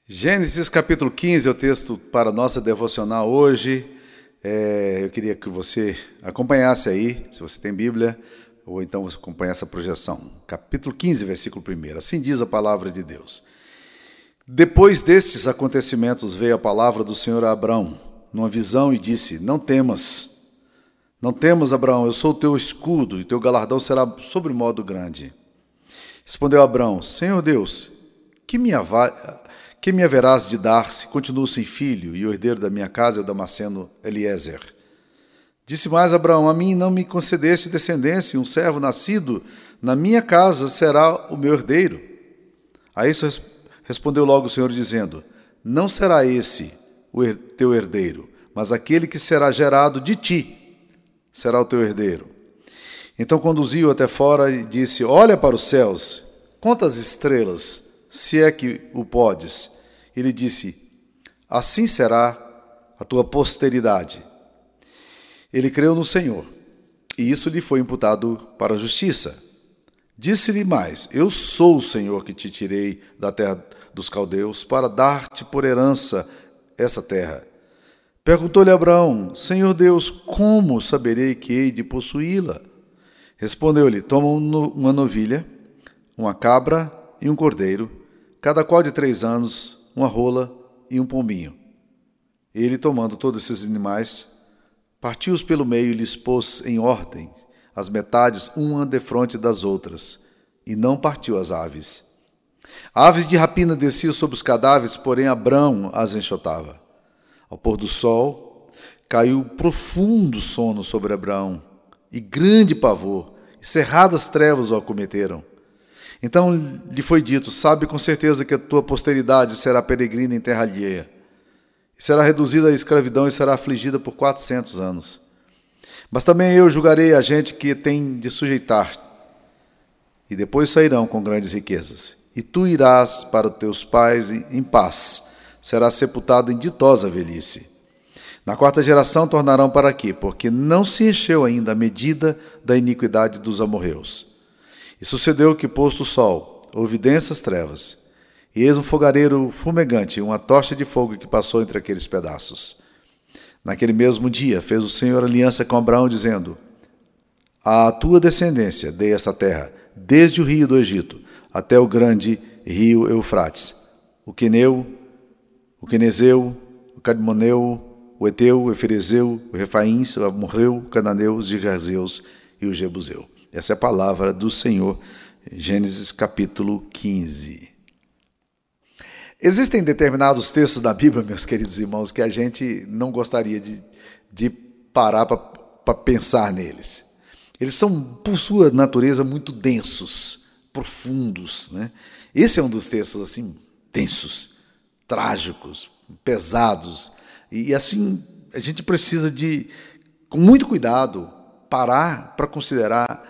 Gênesis capítulo 15 é o texto para a nossa devocional hoje. Eu queria que você acompanhasse aí, se você tem Bíblia, ou então você acompanhe essa projeção. Capítulo 15, versículo 1. Assim diz a palavra de Deus. Depois destes acontecimentos veio a palavra do Senhor a Abrão, numa visão, e disse: Não temas, Abrão, eu sou o teu escudo, e teu galardão será sobremodo grande. Respondeu Abrão: Senhor Deus, que me haverás de dar se continuo sem filho, e o herdeiro da minha casa é o Damasceno Eliezer? Disse mais Abraão: A mim não me concedeste descendência, e um servo nascido na minha casa será o meu herdeiro. A isso respondeu logo o Senhor, dizendo: Não será esse o teu herdeiro, mas aquele que será gerado de ti será o teu herdeiro. Então conduziu até fora e disse: Olha para os céus, conta as estrelas, se é que o podes. Ele disse: Assim será a tua posteridade. Ele creu no Senhor, e isso lhe foi imputado para a justiça. Disse-lhe mais: Eu sou o Senhor que te tirei da terra dos caldeus para dar-te por herança essa terra. Perguntou-lhe Abraão: Senhor Deus, como saberei que hei de possuí-la? Respondeu-lhe: Toma uma novilha, uma cabra e um cordeiro, cada qual de 3 anos, uma rola e um pombinho. Ele, tomando todos esses animais, partiu-os pelo meio e lhes pôs em ordem, as metades uma defronte das outras, e não partiu as aves. Aves de rapina desciam sobre os cadáveres, porém Abrão as enxotava. Ao pôr do sol, caiu profundo sono sobre Abrão, e grande pavor, e cerradas trevas o acometeram. Então lhe foi dito: Sabe com certeza que a tua posteridade será peregrina em terra alheia, e será reduzida à escravidão e será afligida por 400 anos. Mas também eu julgarei a gente que tem de sujeitar, e depois sairão com grandes riquezas. E tu irás para os teus pais em paz, serás sepultado em ditosa velhice. Na 4ª geração tornarão para aqui, porque não se encheu ainda a medida da iniquidade dos amorreus. E sucedeu que, posto o sol, houve densas trevas, e eis um fogareiro fumegante, uma tocha de fogo que passou entre aqueles pedaços. Naquele mesmo dia fez o Senhor aliança com Abraão, dizendo: À tua descendência dei esta terra, desde o rio do Egito até o grande rio Eufrates, o Queneu, o Quenezeu, o Cadmoneu, o Eteu, o Eferezeu, o Refaíns, o Amorreu, o Cananeu, os Girgazeus e o Jebuseu. Essa é a palavra do Senhor, Gênesis capítulo 15. Existem determinados textos da Bíblia, meus queridos irmãos, que a gente não gostaria de parar para pensar neles. Eles são, por sua natureza, muito densos, profundos, né? Esse é um dos textos assim, densos, trágicos, pesados. E assim, a gente precisa de, com muito cuidado, parar para considerar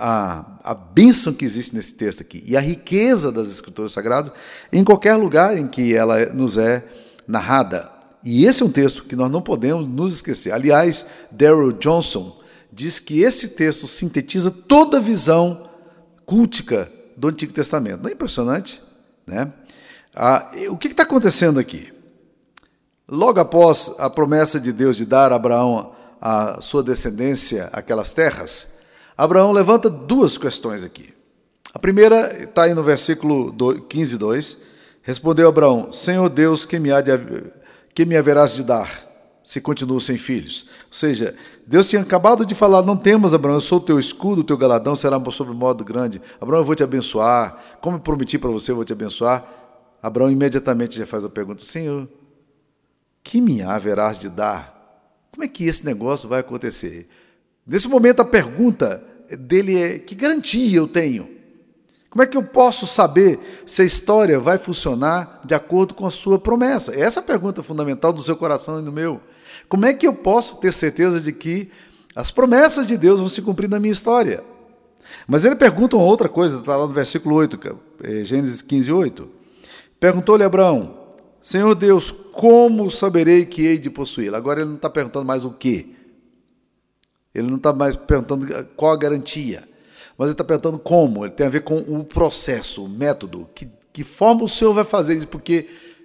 a bênção que existe nesse texto aqui e a riqueza das Escrituras Sagradas em qualquer lugar em que ela nos é narrada. E esse é um texto que nós não podemos nos esquecer. Aliás, Darrell Johnson diz que esse texto sintetiza toda a visão cultica do Antigo Testamento. Não é impressionante? Né? O que está acontecendo aqui? Logo após a promessa de Deus de dar a Abraão a sua descendência aquelas terras, Abraão levanta 2 questões aqui. A primeira está aí no versículo 15, 2. Respondeu Abraão: Senhor Deus, que me haverás de dar, se continuo sem filhos? Ou seja, Deus tinha acabado de falar: Não temas, Abraão, eu sou o teu escudo, o teu galardão será sobre modo grande. Abraão, eu vou te abençoar, como eu prometi para você, eu vou te abençoar. Abraão imediatamente já faz a pergunta: Senhor, que me haverás de dar? Como é que esse negócio vai acontecer? Nesse momento a pergunta dele é: que garantia eu tenho? Como é que eu posso saber se a história vai funcionar de acordo com a sua promessa? Essa é a pergunta fundamental do seu coração e do meu. Como é que eu posso ter certeza de que as promessas de Deus vão se cumprir na minha história? Mas ele pergunta uma outra coisa, está lá no versículo 8, Gênesis 15, 8. Perguntou-lhe Abraão: Senhor Deus, como saberei que hei de possuí-la? Agora ele não está perguntando mais o quê. Ele não está mais perguntando qual a garantia, mas ele está perguntando como. Ele tem a ver com o processo, o método, que forma o Senhor vai fazer isso, porque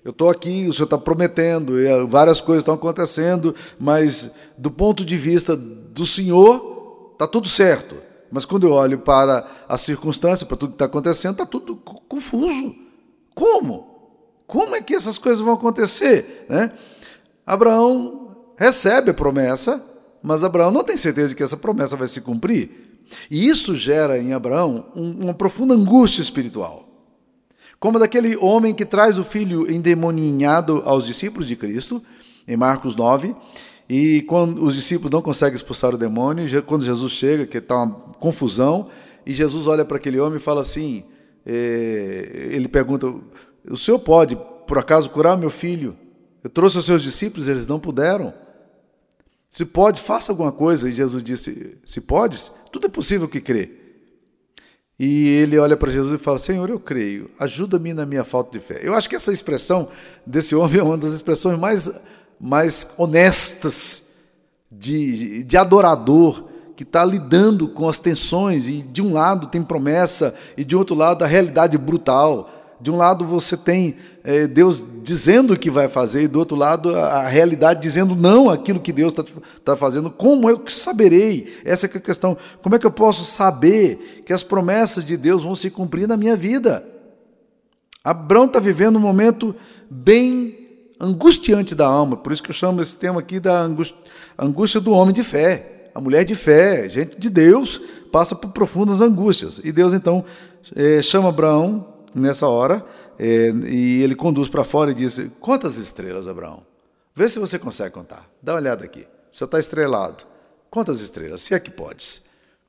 Eu estou aqui, o Senhor está prometendo, várias coisas estão acontecendo, mas do ponto de vista do Senhor, está tudo certo. Mas quando eu olho para a circunstância, para tudo que está acontecendo, está tudo confuso. Como? Como é que essas coisas vão acontecer? Né? Abraão recebe a promessa, mas Abraão não tem certeza de que essa promessa vai se cumprir. E isso gera em Abraão uma profunda angústia espiritual. Como daquele homem que traz o filho endemoninhado aos discípulos de Cristo, em Marcos 9, e quando os discípulos não conseguem expulsar o demônio, quando Jesus chega, que está uma confusão, e Jesus olha para aquele homem e fala assim, ele pergunta, o senhor pode, por acaso, curar meu filho? Eu trouxe os seus discípulos, eles não puderam. Se pode, faça alguma coisa. E Jesus disse, se podes, tudo é possível que crê. E ele olha para Jesus e fala, Senhor, eu creio, ajuda-me na minha falta de fé. Eu acho que essa expressão desse homem é uma das expressões mais honestas de adorador, que está lidando com as tensões, e de um lado tem promessa, e de outro lado a realidade brutal. De um lado você tem Deus dizendo o que vai fazer, e do outro lado a realidade dizendo não àquilo que Deus está fazendo. Como eu saberei? Essa é a questão. Como é que eu posso saber que as promessas de Deus vão se cumprir na minha vida? Abraão está vivendo um momento bem angustiante da alma, por isso que eu chamo esse tema aqui da angústia do homem de fé. A mulher de fé, gente de Deus, passa por profundas angústias. E Deus então chama Abraão nessa hora, e ele conduz para fora e diz, quantas estrelas, Abraão? Vê se você consegue contar. Dá uma olhada aqui. Você está estrelado. Quantas estrelas? Se é que podes.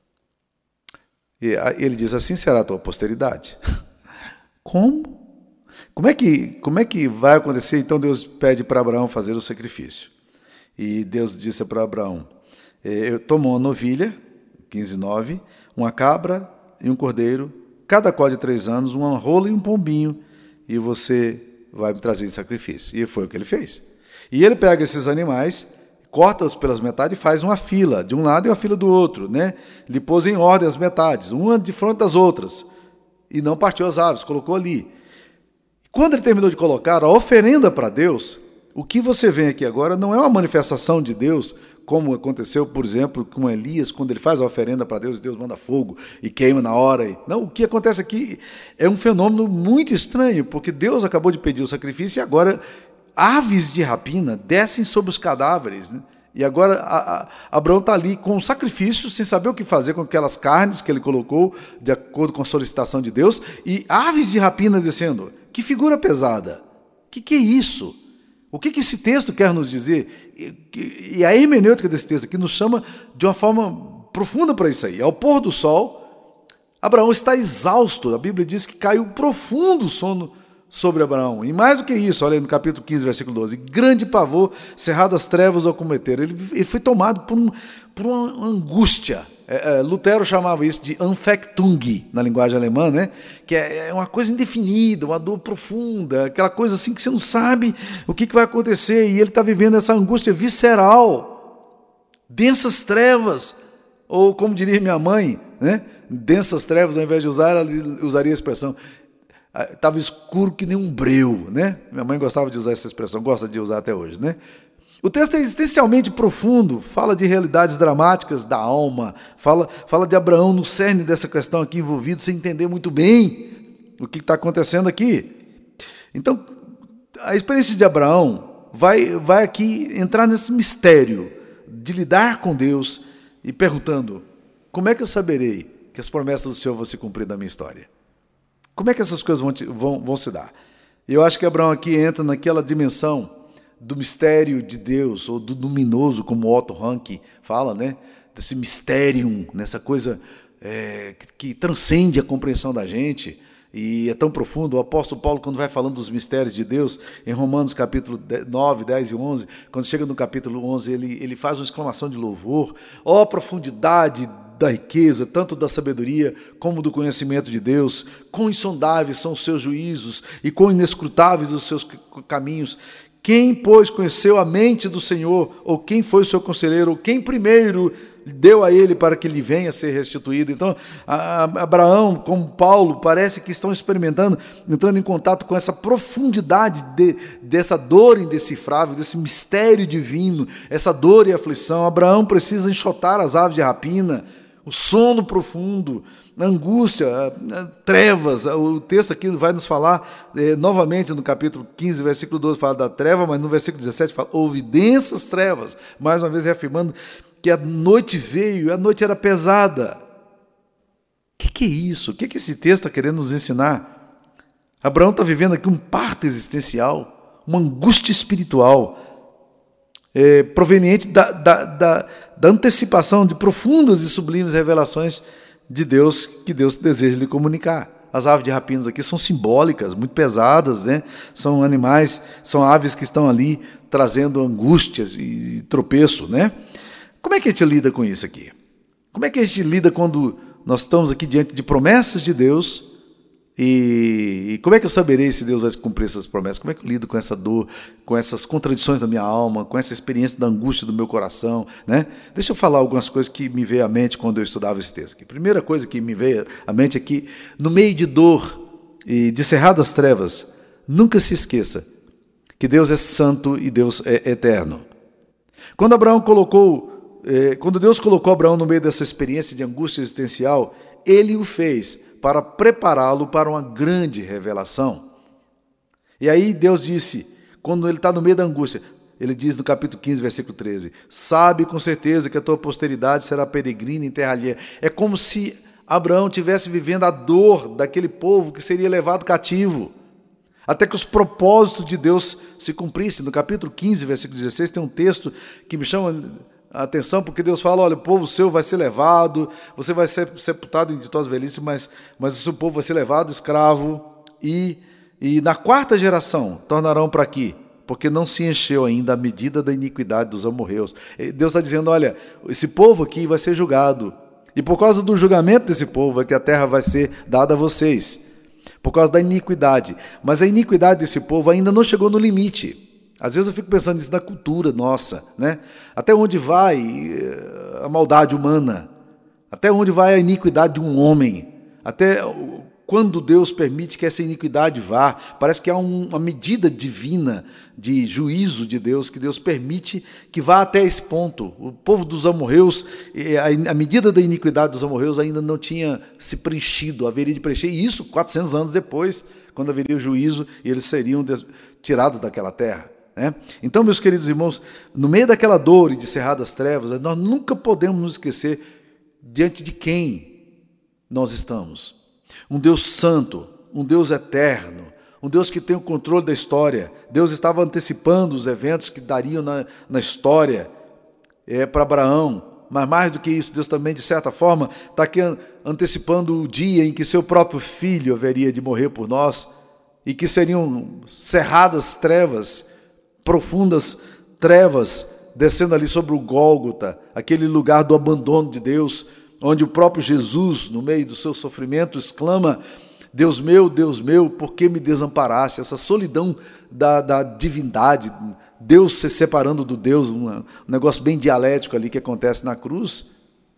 E ele diz, assim será a tua posteridade. Como? Como é que vai acontecer? Então Deus pede para Abraão fazer o sacrifício. E Deus disse para Abraão, tomou uma novilha, 15:9, uma cabra e um cordeiro, cada qual de 3 anos, uma rola e um pombinho, e você vai me trazer em sacrifício. E foi o que ele fez. E ele pega esses animais, corta-os pelas metades e faz uma fila, de um lado e uma fila do outro, né? Ele pôs em ordem as metades, uma de frente das outras, e não partiu as aves, colocou ali. Quando ele terminou de colocar a oferenda para Deus, o que você vê aqui agora não é uma manifestação de Deus, como aconteceu, por exemplo, com Elias, quando ele faz a oferenda para Deus, e Deus manda fogo e queima na hora. Não, o que acontece aqui é um fenômeno muito estranho, porque Deus acabou de pedir o sacrifício e agora aves de rapina descem sobre os cadáveres, né? E agora Abraão está ali com o sacrifício, sem saber o que fazer com aquelas carnes que ele colocou, de acordo com a solicitação de Deus, e aves de rapina descendo. Que figura pesada! O que é isso? O que esse texto quer nos dizer? E a hermenêutica desse texto aqui nos chama de uma forma profunda para isso aí. Ao pôr do sol, Abraão está exausto. A Bíblia diz que caiu profundo sono sobre Abraão. E mais do que isso, olha aí no capítulo 15, versículo 12. Grande pavor, cerradas trevas ao cometer. Ele foi tomado por uma angústia. Lutero chamava isso de Anfechtung, na linguagem alemã, né? Que é uma coisa indefinida, uma dor profunda, aquela coisa assim que você não sabe o que vai acontecer, e ele está vivendo essa angústia visceral, densas trevas, ou como diria minha mãe, né? Densas trevas, ao invés de usar, ela usaria a expressão, estava escuro que nem um breu, né? Minha mãe gostava de usar essa expressão, gosta de usar até hoje, né? O texto é existencialmente profundo, fala de realidades dramáticas da alma, fala de Abraão no cerne dessa questão aqui envolvido, sem entender muito bem o que está acontecendo aqui. Então, a experiência de Abraão vai aqui entrar nesse mistério de lidar com Deus e perguntando, como é que eu saberei que as promessas do Senhor vão se cumprir na minha história? Como é que essas coisas vão se dar? Eu acho que Abraão aqui entra naquela dimensão do mistério de Deus, ou do luminoso, como Otto Rank fala, né? Desse mysterium, nessa coisa que transcende a compreensão da gente, e é tão profundo. O apóstolo Paulo, quando vai falando dos mistérios de Deus, em Romanos capítulo 9, 10 e 11, quando chega no capítulo 11, ele faz uma exclamação de louvor, ó profundidade da riqueza, tanto da sabedoria como do conhecimento de Deus, quão insondáveis são os seus juízos e quão inescrutáveis os seus caminhos. Quem, pois, conheceu a mente do Senhor, ou quem foi o seu conselheiro, ou quem primeiro deu a ele para que lhe venha a ser restituído. Então, Abraão, como Paulo, parece que estão experimentando, entrando em contato com essa profundidade dessa dor indecifrável, desse mistério divino, essa dor e aflição. Abraão precisa enxotar as aves de rapina, o sono profundo, a angústia, trevas. O texto aqui vai nos falar, novamente no capítulo 15, versículo 12, fala da treva, mas no versículo 17 fala, houve densas trevas, mais uma vez reafirmando que a noite veio, e a noite era pesada. O que é isso? O que esse texto está querendo nos ensinar? Abraão está vivendo aqui um parto existencial, uma angústia espiritual, proveniente da antecipação de profundas e sublimes revelações de Deus, que Deus deseja lhe comunicar. As aves de rapina aqui são simbólicas, muito pesadas, né? São animais, são aves que estão ali trazendo angústias e tropeço, né? Como é que a gente lida com isso aqui? Como é que a gente lida quando nós estamos aqui diante de promessas de Deus? E como é que eu saberei se Deus vai cumprir essas promessas? Como é que eu lido com essa dor, com essas contradições da minha alma, com essa experiência da angústia do meu coração, né? Deixa eu falar algumas coisas que me veio à mente quando eu estudava esse texto aqui. Primeira coisa que me veio à mente é que, no meio de dor e de cerradas trevas, nunca se esqueça que Deus é santo e Deus é eterno. Quando Deus colocou Abraão no meio dessa experiência de angústia existencial, Ele o fez para prepará-lo para uma grande revelação. E aí Deus disse, quando ele está no meio da angústia, ele diz no capítulo 15, versículo 13, sabe com certeza que a tua posteridade será peregrina em terra alheia. É como se Abraão estivesse vivendo a dor daquele povo que seria levado cativo, até que os propósitos de Deus se cumprissem. No capítulo 15, versículo 16, tem um texto que me chama a atenção, porque Deus fala, olha, o povo seu vai ser levado, você vai ser sepultado em ditosa velhice, mas o seu povo vai ser levado escravo, e na quarta geração tornarão para aqui, porque não se encheu ainda a medida da iniquidade dos amorreus. Deus está dizendo, olha, esse povo aqui vai ser julgado, e por causa do julgamento desse povo é que a terra vai ser dada a vocês, por causa da iniquidade. Mas a iniquidade desse povo ainda não chegou no limite. Às vezes eu fico pensando nisso na cultura nossa, né? Até onde vai a maldade humana? Até onde vai a iniquidade de um homem? Até quando Deus permite que essa iniquidade vá? Parece que há uma medida divina de juízo de Deus, que Deus permite que vá até esse ponto. O povo dos amorreus, a medida da iniquidade dos amorreus ainda não tinha se preenchido, haveria de preencher, e isso 400 anos depois, quando haveria o juízo, e eles seriam tirados daquela terra. Então, meus queridos irmãos, no meio daquela dor e de cerradas trevas, nós nunca podemos nos esquecer diante de quem nós estamos. Um Deus santo, um Deus eterno, um Deus que tem o controle da história. Deus estava antecipando os eventos que dariam na história para Abraão, mas mais do que isso, Deus também, de certa forma, está aqui antecipando o dia em que seu próprio filho haveria de morrer por nós, e que seriam cerradas trevas, profundas trevas, descendo ali sobre o Gólgota, aquele lugar do abandono de Deus, onde o próprio Jesus, no meio do seu sofrimento, exclama, Deus meu, por que me desamparaste? Essa solidão da divindade, Deus se separando do Deus, um negócio bem dialético ali que acontece na cruz.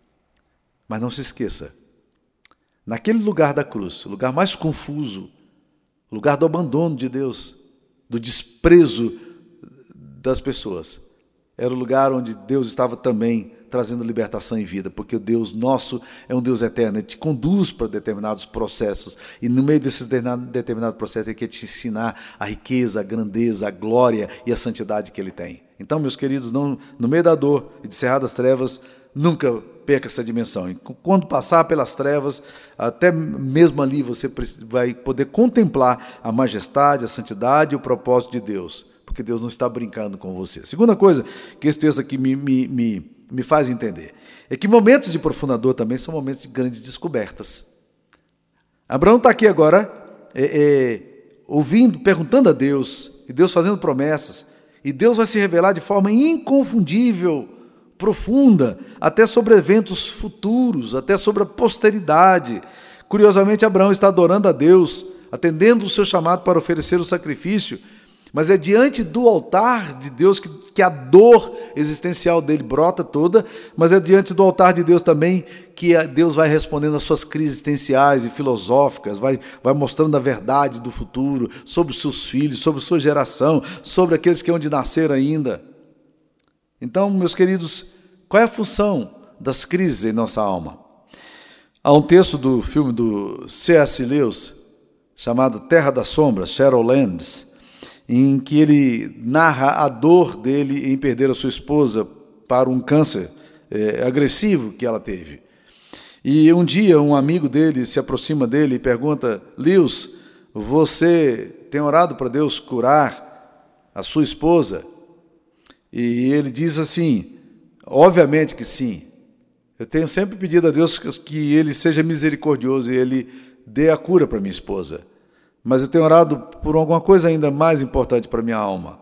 Mas não se esqueça, naquele lugar da cruz, o lugar mais confuso, o lugar do abandono de Deus, do desprezo das pessoas, era o lugar onde Deus estava também trazendo libertação e vida, porque o Deus nosso é um Deus eterno, Ele te conduz para determinados processos, e no meio desse determinado processo Ele quer te ensinar a riqueza, a grandeza, a glória e a santidade que Ele tem. Então, meus queridos, no meio da dor e de cerradas trevas, nunca perca essa dimensão. E quando passar pelas trevas, até mesmo ali você vai poder contemplar a majestade, a santidade e o propósito de Deus, porque Deus não está brincando com você. Segunda coisa que esse texto aqui me faz entender é que momentos de profunda dor também são momentos de grandes descobertas. Abraão está aqui agora ouvindo, perguntando a Deus, e Deus fazendo promessas, e Deus vai se revelar de forma inconfundível, profunda, até sobre eventos futuros, até sobre a posteridade. Curiosamente, Abraão está adorando a Deus, atendendo o seu chamado para oferecer o sacrifício, mas é diante do altar de Deus que que a dor existencial dele brota toda, mas é diante do altar de Deus também que Deus vai respondendo às suas crises existenciais e filosóficas, vai mostrando a verdade do futuro, sobre os seus filhos, sobre sua geração, sobre aqueles que hão de nascer ainda. Então, meus queridos, qual é a função das crises em nossa alma? Há um texto do filme do C.S. Lewis, chamado Terra das Sombras, Shadowlands, em que ele narra a dor dele em perder a sua esposa para um câncer agressivo que ela teve. E um dia um amigo dele se aproxima dele e pergunta: Lewis, você tem orado para Deus curar a sua esposa? E ele diz assim: obviamente que sim. Eu tenho sempre pedido a Deus que Ele seja misericordioso e Ele dê a cura para minha esposa. Mas eu tenho orado por alguma coisa ainda mais importante para minha alma.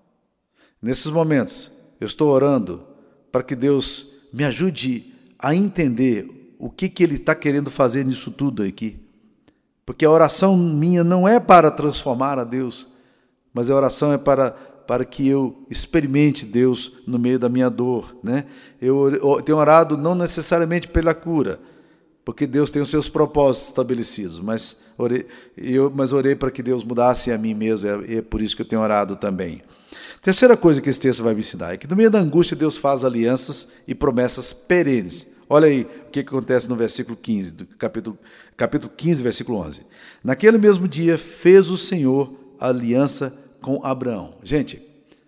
Nesses momentos, eu estou orando para que Deus me ajude a entender o que Ele está querendo fazer nisso tudo aqui. Porque a oração minha não é para transformar a Deus, mas a oração é para que eu experimente Deus no meio da minha dor, né? Eu tenho orado não necessariamente pela cura, porque Deus tem os seus propósitos estabelecidos, mas orei para que Deus mudasse a mim mesmo, e é por isso que eu tenho orado também. Terceira coisa que esse texto vai me ensinar é que no meio da angústia Deus faz alianças e promessas perenes. Olha aí o que acontece no versículo 15, do capítulo 15, versículo 11. Naquele mesmo dia fez o Senhor aliança com Abraão. Gente,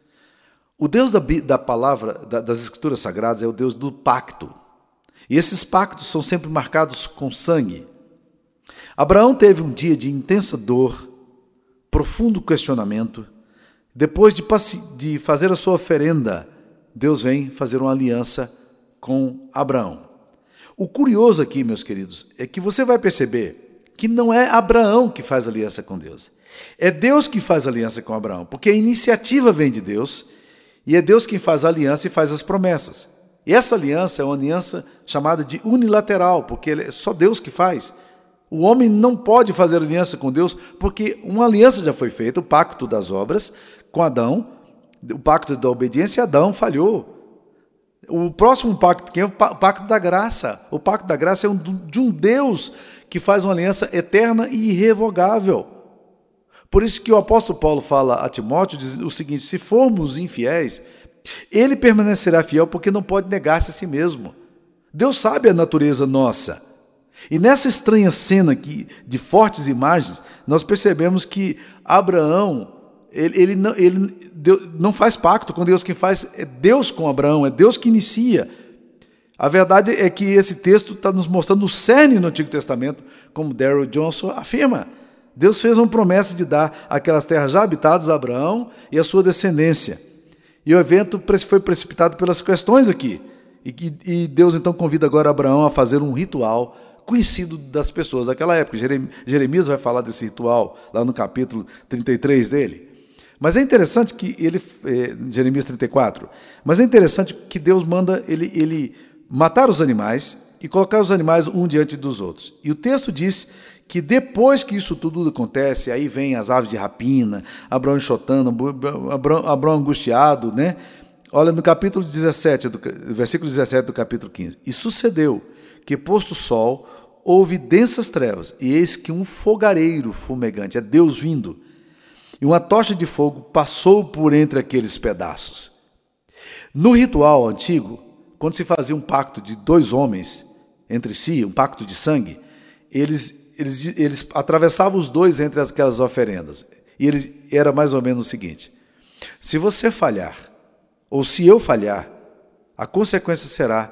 o Deus da palavra, das Escrituras Sagradas, é o Deus do pacto. E esses pactos são sempre marcados com sangue. Abraão teve um dia de intensa dor, profundo questionamento. Depois de fazer a sua oferenda, Deus vem fazer uma aliança com Abraão. O curioso aqui, meus queridos, é que você vai perceber que não é Abraão que faz aliança com Deus. É Deus que faz aliança com Abraão, porque a iniciativa vem de Deus, e é Deus quem faz a aliança e faz as promessas. E essa aliança é uma aliança chamada de unilateral, porque é só Deus que faz. O homem não pode fazer aliança com Deus, porque uma aliança já foi feita, o pacto das obras, com Adão, o pacto da obediência, Adão falhou. O próximo pacto, que é o pacto da graça. O pacto da graça é de um Deus que faz uma aliança eterna e irrevogável. Por isso que o apóstolo Paulo fala a Timóteo, diz o seguinte: se formos infiéis, ele permanecerá fiel porque não pode negar-se a si mesmo. Deus sabe a natureza nossa. E nessa estranha cena aqui, de fortes imagens, nós percebemos que Abraão, ele não faz pacto com Deus, quem faz é Deus com Abraão, é Deus que inicia. A verdade é que esse texto está nos mostrando o cerne no Antigo Testamento, como Darrell Johnson afirma. Deus fez uma promessa de dar aquelas terras já habitadas a Abraão e a sua descendência. E o evento foi precipitado pelas questões aqui. E Deus então convida agora Abraão a fazer um ritual conhecido das pessoas daquela época. Jeremias vai falar desse ritual lá no capítulo 33 dele. Mas é interessante que Jeremias 34, mas é interessante que Deus manda ele matar os animais e colocar os animais um diante dos outros. E o texto diz que depois que isso tudo acontece, aí vem as aves de rapina, Abraão enxotando, Abraão angustiado, né? Olha no capítulo 17, versículo 17 do capítulo 15. E sucedeu que, posto o sol, houve densas trevas, e eis que um fogareiro fumegante, é Deus vindo, e uma tocha de fogo passou por entre aqueles pedaços. No ritual antigo, quando se fazia um pacto de dois homens entre si, um pacto de sangue, eles atravessavam os dois entre aquelas oferendas. E era mais ou menos o seguinte: se você falhar, ou se eu falhar, a consequência será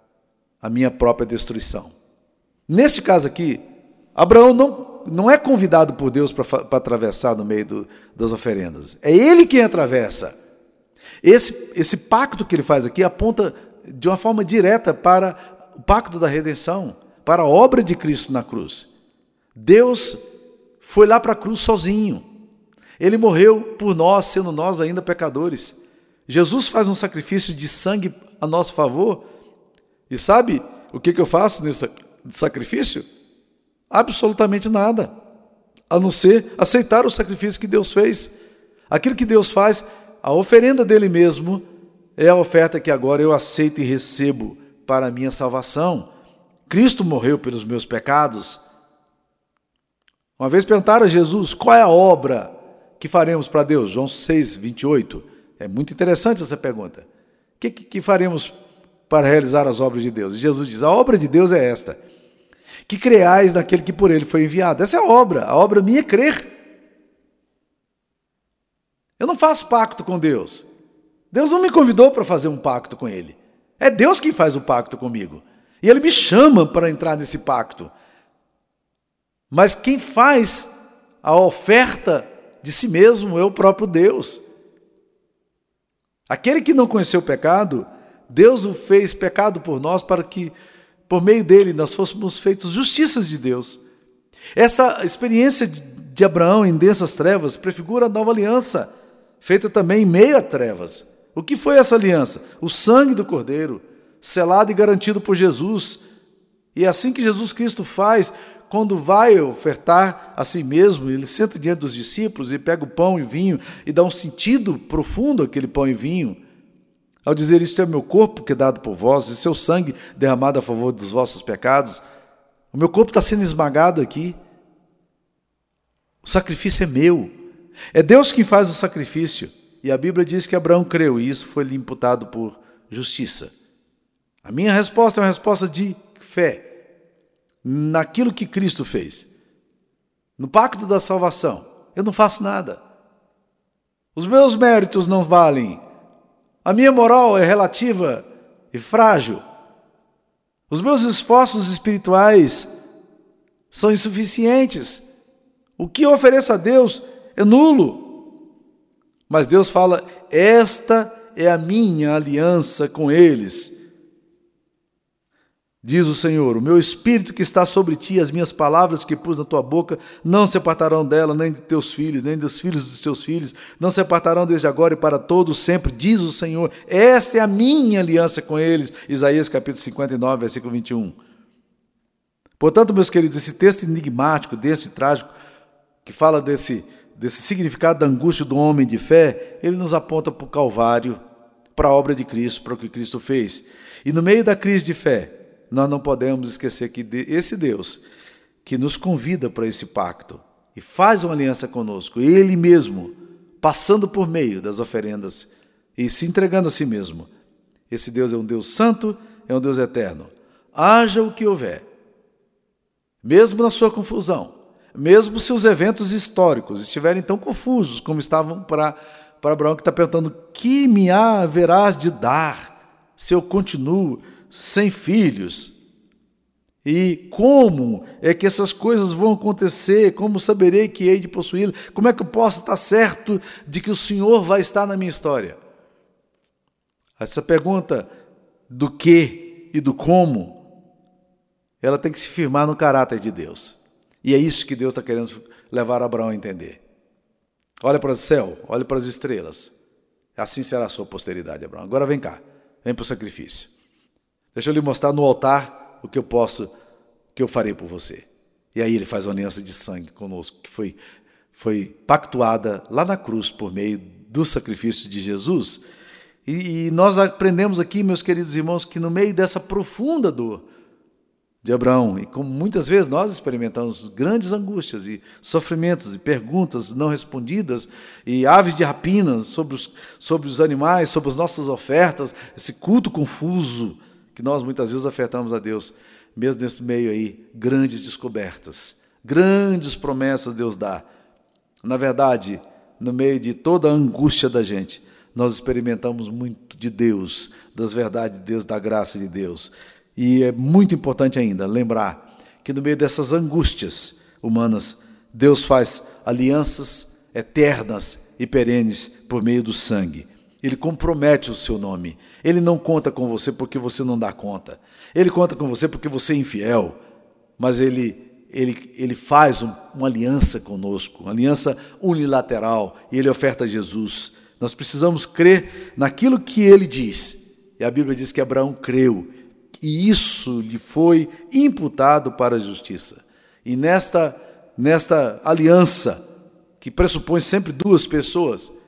a minha própria destruição. Neste caso aqui, Abraão não é convidado por Deus para atravessar no meio das oferendas. É ele quem atravessa. Esse pacto que ele faz aqui aponta de uma forma direta para o pacto da redenção, para a obra de Cristo na cruz. Deus foi lá para a cruz sozinho. Ele morreu por nós, sendo nós ainda pecadores. Jesus faz um sacrifício de sangue a nosso favor. E sabe o que eu faço nesse sacrifício? Absolutamente nada, a não ser aceitar o sacrifício que Deus fez. Aquilo que Deus faz, A oferenda dele mesmo é a oferta que agora eu aceito e recebo para a minha salvação. Cristo morreu pelos meus pecados. Uma vez perguntaram a Jesus, qual é a obra que faremos para Deus? João 6, 28. É muito interessante essa pergunta. O que faremos para realizar as obras de Deus? E Jesus diz, a obra de Deus é esta, que creais naquele que por ele foi enviado. Essa é a obra minha é crer. Eu não faço pacto com Deus. Deus não me convidou para fazer um pacto com ele. É Deus quem faz o pacto comigo. E ele me chama para entrar nesse pacto. Mas quem faz a oferta de si mesmo é o próprio Deus. Aquele que não conheceu o pecado, Deus o fez pecado por nós para que, por meio dele, nós fôssemos feitos justiças de Deus. Essa experiência de Abraão em densas trevas prefigura a nova aliança, feita também em meio a trevas. O que foi essa aliança? O sangue do Cordeiro, selado e garantido por Jesus. E é assim que Jesus Cristo faz quando vai ofertar a si mesmo. Ele senta diante dos discípulos e pega o pão e vinho e dá um sentido profundo àquele pão e vinho. Ao dizer, isto é meu corpo que é dado por vós, e seu sangue derramado a favor dos vossos pecados. O meu corpo está sendo esmagado aqui. O sacrifício é meu. É Deus quem faz o sacrifício. E a Bíblia diz que Abraão creu, e isso foi lhe imputado por justiça. A minha resposta é uma resposta de fé naquilo que Cristo fez. No pacto da salvação, eu não faço nada. Os meus méritos não valem. A minha moral é relativa e frágil. Os meus esforços espirituais são insuficientes. O que eu ofereço a Deus é nulo. Mas Deus fala, esta é a minha aliança com eles. Diz o Senhor, o meu espírito que está sobre ti, as minhas palavras que pus na tua boca, não se apartarão dela, nem de teus filhos, nem dos filhos dos teus filhos, não se apartarão desde agora e para todos sempre, diz o Senhor, esta é a minha aliança com eles. Isaías capítulo 59, versículo 21. Portanto, meus queridos, esse texto enigmático, denso e trágico, que fala desse significado da angústia do homem de fé, ele nos aponta para o Calvário, para a obra de Cristo, para o que Cristo fez. E no meio da crise de fé, nós não podemos esquecer que esse Deus que nos convida para esse pacto e faz uma aliança conosco, Ele mesmo, passando por meio das oferendas e se entregando a si mesmo, esse Deus é um Deus santo, é um Deus eterno. Haja o que houver, mesmo na sua confusão, mesmo se os eventos históricos estiverem tão confusos como estavam para Abraão, que está perguntando, que me haverás de dar se eu continuo sem filhos? E como é que essas coisas vão acontecer? Como saberei que hei de possuí-lo? Como é que eu posso estar certo de que o Senhor vai estar na minha história? Essa pergunta do que e do como, ela tem que se firmar no caráter de Deus. E é isso que Deus está querendo levar Abraão a entender. Olha para o céu, olha para as estrelas. Assim será a sua posteridade, Abraão. Agora vem cá, vem para o sacrifício. Deixa eu lhe mostrar no altar o que eu farei por você. E aí ele faz uma aliança de sangue conosco, que foi pactuada lá na cruz por meio do sacrifício de Jesus. E nós aprendemos aqui, meus queridos irmãos, que no meio dessa profunda dor de Abraão, e como muitas vezes nós experimentamos grandes angústias e sofrimentos e perguntas não respondidas e aves de rapina sobre os animais, sobre as nossas ofertas, esse culto confuso que nós muitas vezes ofertamos a Deus, mesmo nesse meio aí, grandes descobertas, grandes promessas Deus dá. Na verdade, no meio de toda a angústia da gente, nós experimentamos muito de Deus, das verdades de Deus, da graça de Deus. E é muito importante ainda lembrar que no meio dessas angústias humanas, Deus faz alianças eternas e perenes por meio do sangue. Ele compromete o seu nome. Ele não conta com você porque você não dá conta. Ele conta com você porque você é infiel. Mas ele faz uma aliança conosco, uma aliança unilateral, e ele oferta Jesus. Nós precisamos crer naquilo que ele diz. E a Bíblia diz que Abraão creu, e isso lhe foi imputado para a justiça. E nesta aliança, que pressupõe sempre duas pessoas,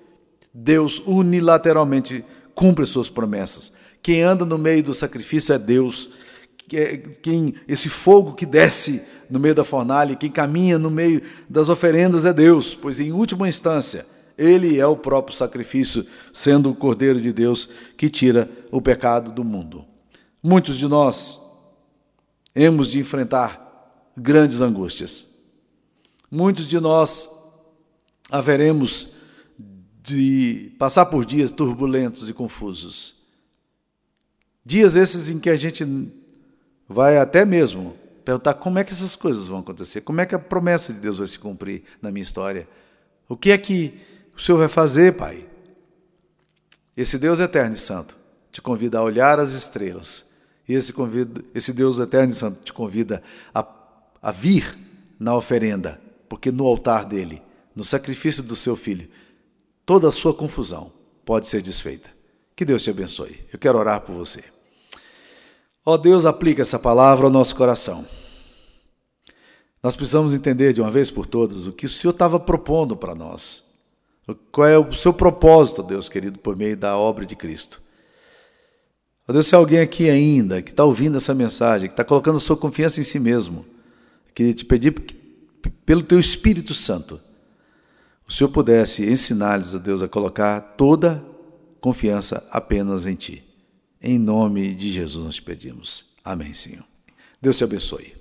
Deus unilateralmente cumpre suas promessas. Quem anda no meio do sacrifício é Deus. Esse fogo que desce no meio da fornalha, quem caminha no meio das oferendas é Deus, pois em última instância, Ele é o próprio sacrifício, sendo o Cordeiro de Deus que tira o pecado do mundo. Muitos de nós hemos de enfrentar grandes angústias. Muitos de nós haveremos de passar por dias turbulentos e confusos. Dias esses em que a gente vai até mesmo perguntar como é que essas coisas vão acontecer, como é que a promessa de Deus vai se cumprir na minha história. O que é que o Senhor vai fazer, Pai? Esse Deus eterno e santo te convida a olhar as estrelas. E esse Deus eterno e santo te convida a vir na oferenda, porque no altar dele, no sacrifício do seu filho, toda a sua confusão pode ser desfeita. Que Deus te abençoe. Eu quero orar por você. Ó Deus, aplica essa palavra ao nosso coração. Nós precisamos entender de uma vez por todas o que o Senhor estava propondo para nós. Qual é o seu propósito, Deus querido, por meio da obra de Cristo. Ó Deus, se há alguém aqui ainda que está ouvindo essa mensagem, que está colocando a sua confiança em si mesmo, eu queria te pedir pelo teu Espírito Santo, o Senhor pudesse ensinar-lhes, ó Deus, a colocar toda confiança apenas em Ti. Em nome de Jesus nós te pedimos. Amém, Senhor. Deus te abençoe.